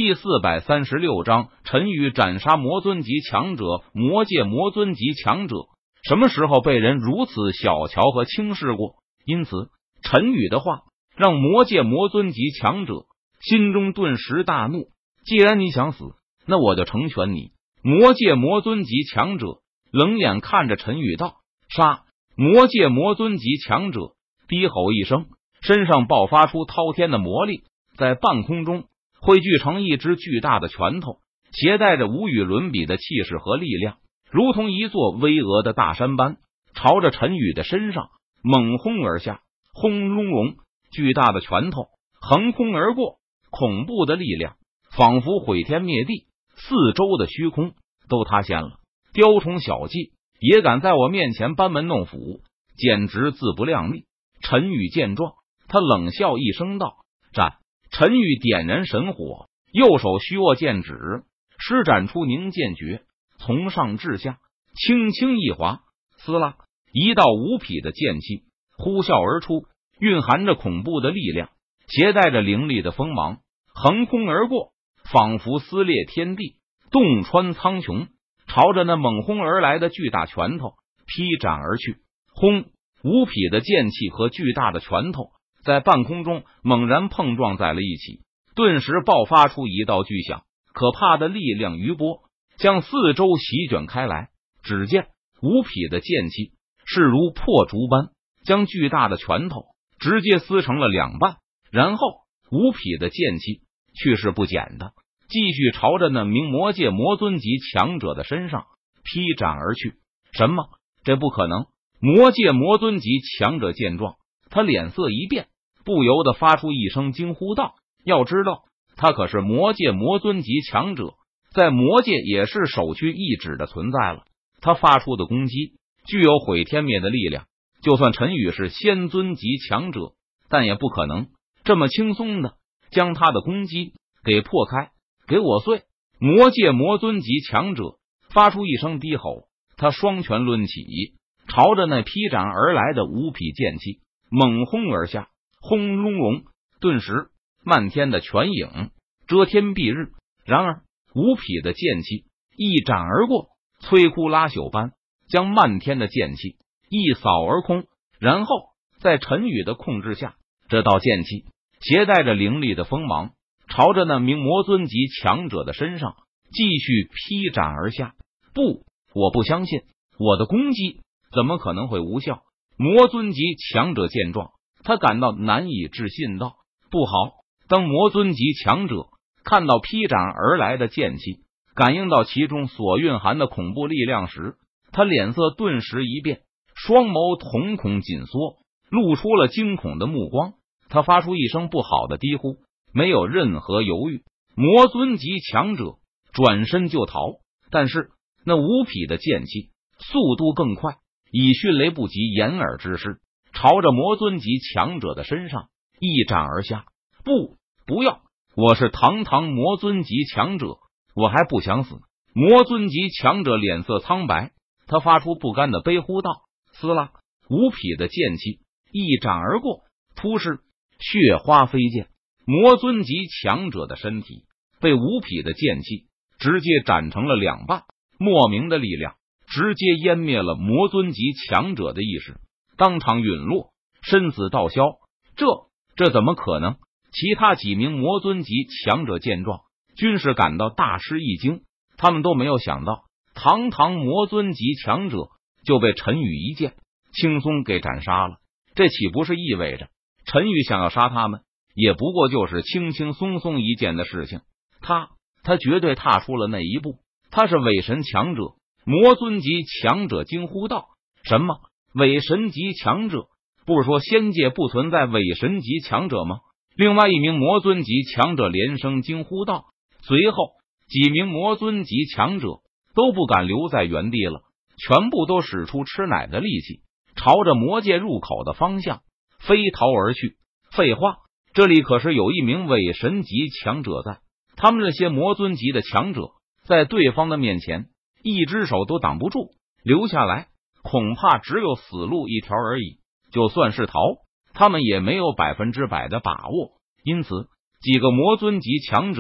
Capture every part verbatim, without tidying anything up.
第四百三十六章陈宇斩杀魔尊级强者。魔界魔尊级强者什么时候被人如此小瞧和轻视过？因此陈宇的话让魔界魔尊级强者心中顿时大怒。既然你想死，那我就成全你。魔界魔尊级强者冷眼看着陈宇道：杀！魔界魔尊级强者低吼一声，身上爆发出滔天的魔力，在半空中汇聚成一只巨大的拳头，携带着无与伦比的气势和力量，如同一座巍峨的大山般，朝着陈宇的身上猛轰而下。轰隆隆，巨大的拳头横空而过，恐怖的力量仿佛毁天灭地，四周的虚空都塌陷了。雕虫小技也敢在我面前班门弄斧，简直自不量力。陈宇见状，他冷笑一声道：战！陈宇点燃神火，右手虚握剑指，施展出凝剑诀，从上至下轻轻一划，撕拉，一道无匹的剑气呼啸而出，蕴含着恐怖的力量，携带着凌厉的锋芒，横空而过，仿佛撕裂天地，洞穿苍穹，朝着那猛轰而来的巨大拳头劈斩而去。轰！无匹的剑气和巨大的拳头在半空中猛然碰撞在了一起，顿时爆发出一道巨响，可怕的力量余波将四周席卷开来。只见无匹的剑气势如破竹般将巨大的拳头直接撕成了两半，然后无匹的剑气去势不减的继续朝着那名魔界魔尊级强者的身上劈斩而去。什么？这不可能！魔界魔尊级强者见状，他脸色一变，不由得发出一声惊呼道：要知道他可是魔界魔尊级强者，在魔界也是首屈一指的存在了。他发出的攻击具有毁天灭的力量，就算陈宇是仙尊级强者，但也不可能这么轻松的将他的攻击给破开。给我碎！魔界魔尊级强者发出一声低吼，他双拳抡起，朝着那劈斩而来的无匹剑气猛轰而下。轰隆隆，顿时漫天的拳影遮天蔽日。然而无匹的剑气一斩而过，摧枯拉朽般将漫天的剑气一扫而空。然后在陈宇的控制下，这道剑气携带着凌厉的锋芒，朝着那名魔尊级强者的身上继续劈斩而下。不，我不相信，我的攻击怎么可能会无效？魔尊级强者见状，他感到难以置信道：不好！当魔尊级强者看到劈斩而来的剑气，感应到其中所蕴含的恐怖力量时，他脸色顿时一变，双眸瞳孔紧缩，露出了惊恐的目光。他发出一声不好的低呼，没有任何犹豫，魔尊级强者转身就逃。但是那无匹的剑气速度更快，以迅雷不及掩耳之势朝着魔尊级强者的身上一斩而下。不，不要！我是堂堂魔尊级强者，我还不想死！魔尊级强者脸色苍白，他发出不甘的悲呼道：撕拉！无匹的剑气一斩而过，突施血花飞溅，魔尊级强者的身体被无匹的剑气直接斩成了两半。莫名的力量直接湮灭了魔尊级强者的意识，当场陨落，身死道消。这这怎么可能？其他几名魔尊级强者见状，均是感到大吃一惊。他们都没有想到，堂堂魔尊级强者就被陈宇一剑轻松给斩杀了。这岂不是意味着陈宇想要杀他们，也不过就是轻轻松松一件的事情？他他绝对踏出了那一步。他是伪神强者！魔尊级强者惊呼道：什么伪神级强者？不是说仙界不存在伪神级强者吗？另外一名魔尊级强者连声惊呼道。随后几名魔尊级强者都不敢留在原地了，全部都使出吃奶的力气，朝着魔界入口的方向飞逃而去。废话，这里可是有一名伪神级强者在，他们这些魔尊级的强者在对方的面前一只手都挡不住，留下来恐怕只有死路一条而已。就算是逃，他们也没有百分之百的把握。因此几个魔尊级强者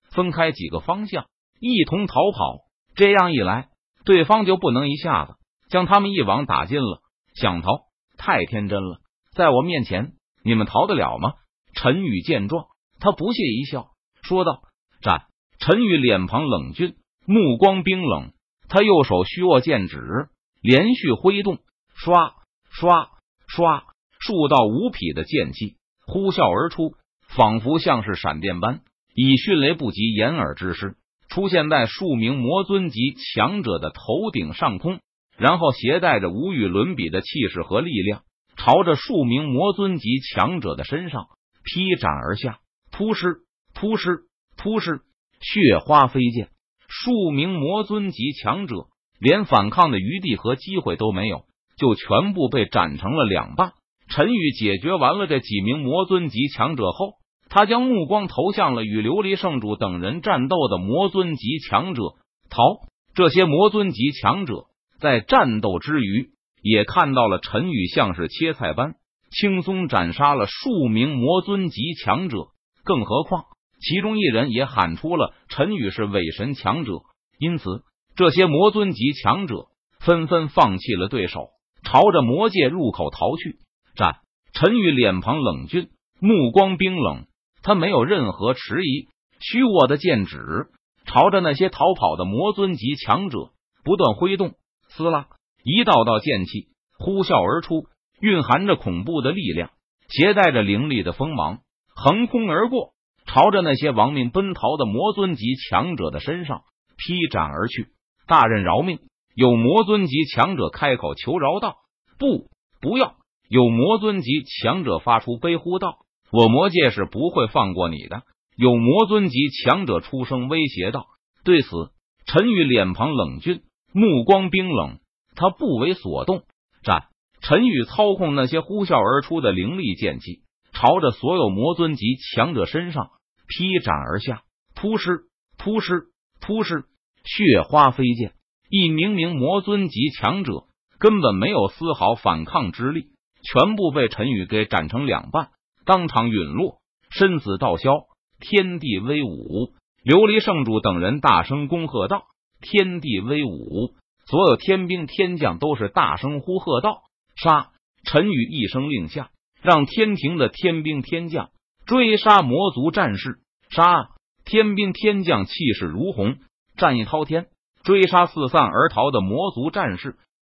分开几个方向，一同逃跑。这样一来，对方就不能一下子将他们一网打尽了。想逃太天真了，在我面前你们逃得了吗？陈宇见状，他不屑一笑，说道：战！陈宇脸庞冷峻，目光冰冷，他右手虚握剑指，连续挥动，刷刷刷，数道无匹的剑气呼啸而出，仿佛像是闪电般，以迅雷不及掩耳之势出现在数名魔尊级强者的头顶上空，然后携带着无与伦比的气势和力量，朝着数名魔尊级强者的身上劈斩而下。突施突施突施，血花飞溅，数名魔尊级强者连反抗的余地和机会都没有，就全部被斩成了两半。陈宇解决完了这几名魔尊级强者后，他将目光投向了与琉璃圣主等人战斗的魔尊级强者。逃！这些魔尊级强者在战斗之余，也看到了陈宇像是切菜般轻松斩杀了数名魔尊级强者，更何况其中一人也喊出了陈宇是伪神强者，因此这些魔尊级强者纷纷放弃了对手，朝着魔界入口逃去。战！陈宇脸庞冷峻，目光冰冷，他没有任何迟疑，虚握的剑指朝着那些逃跑的魔尊级强者不断挥动，撕拉，一道道剑气呼啸而出，蕴含着恐怖的力量，携带着凌厉的锋芒，横空而过，朝着那些亡命奔逃的魔尊级强者的身上劈斩而去。大人饶命！有魔尊级强者开口求饶道：不，不要！有魔尊级强者发出悲呼道：我魔界是不会放过你的！有魔尊级强者出声威胁道。对此，陈宇脸庞冷峻，目光冰冷，他不为所动。战！陈宇操控那些呼啸而出的凌厉剑气，朝着所有魔尊级强者身上劈斩而下。突施突施突施，血花飞溅，一名名魔尊级强者根本没有丝毫反抗之力，全部被陈宇给斩成两半，当场陨落，身死道消。天地威武！琉璃圣主等人大声恭贺道：天地威武！所有天兵天将都是大声呼喝道：杀！陈宇一声令下，让天庭的天兵天将追杀魔族战士。杀！天兵天将气势如虹，战意滔天，追杀四散而逃的魔族战士。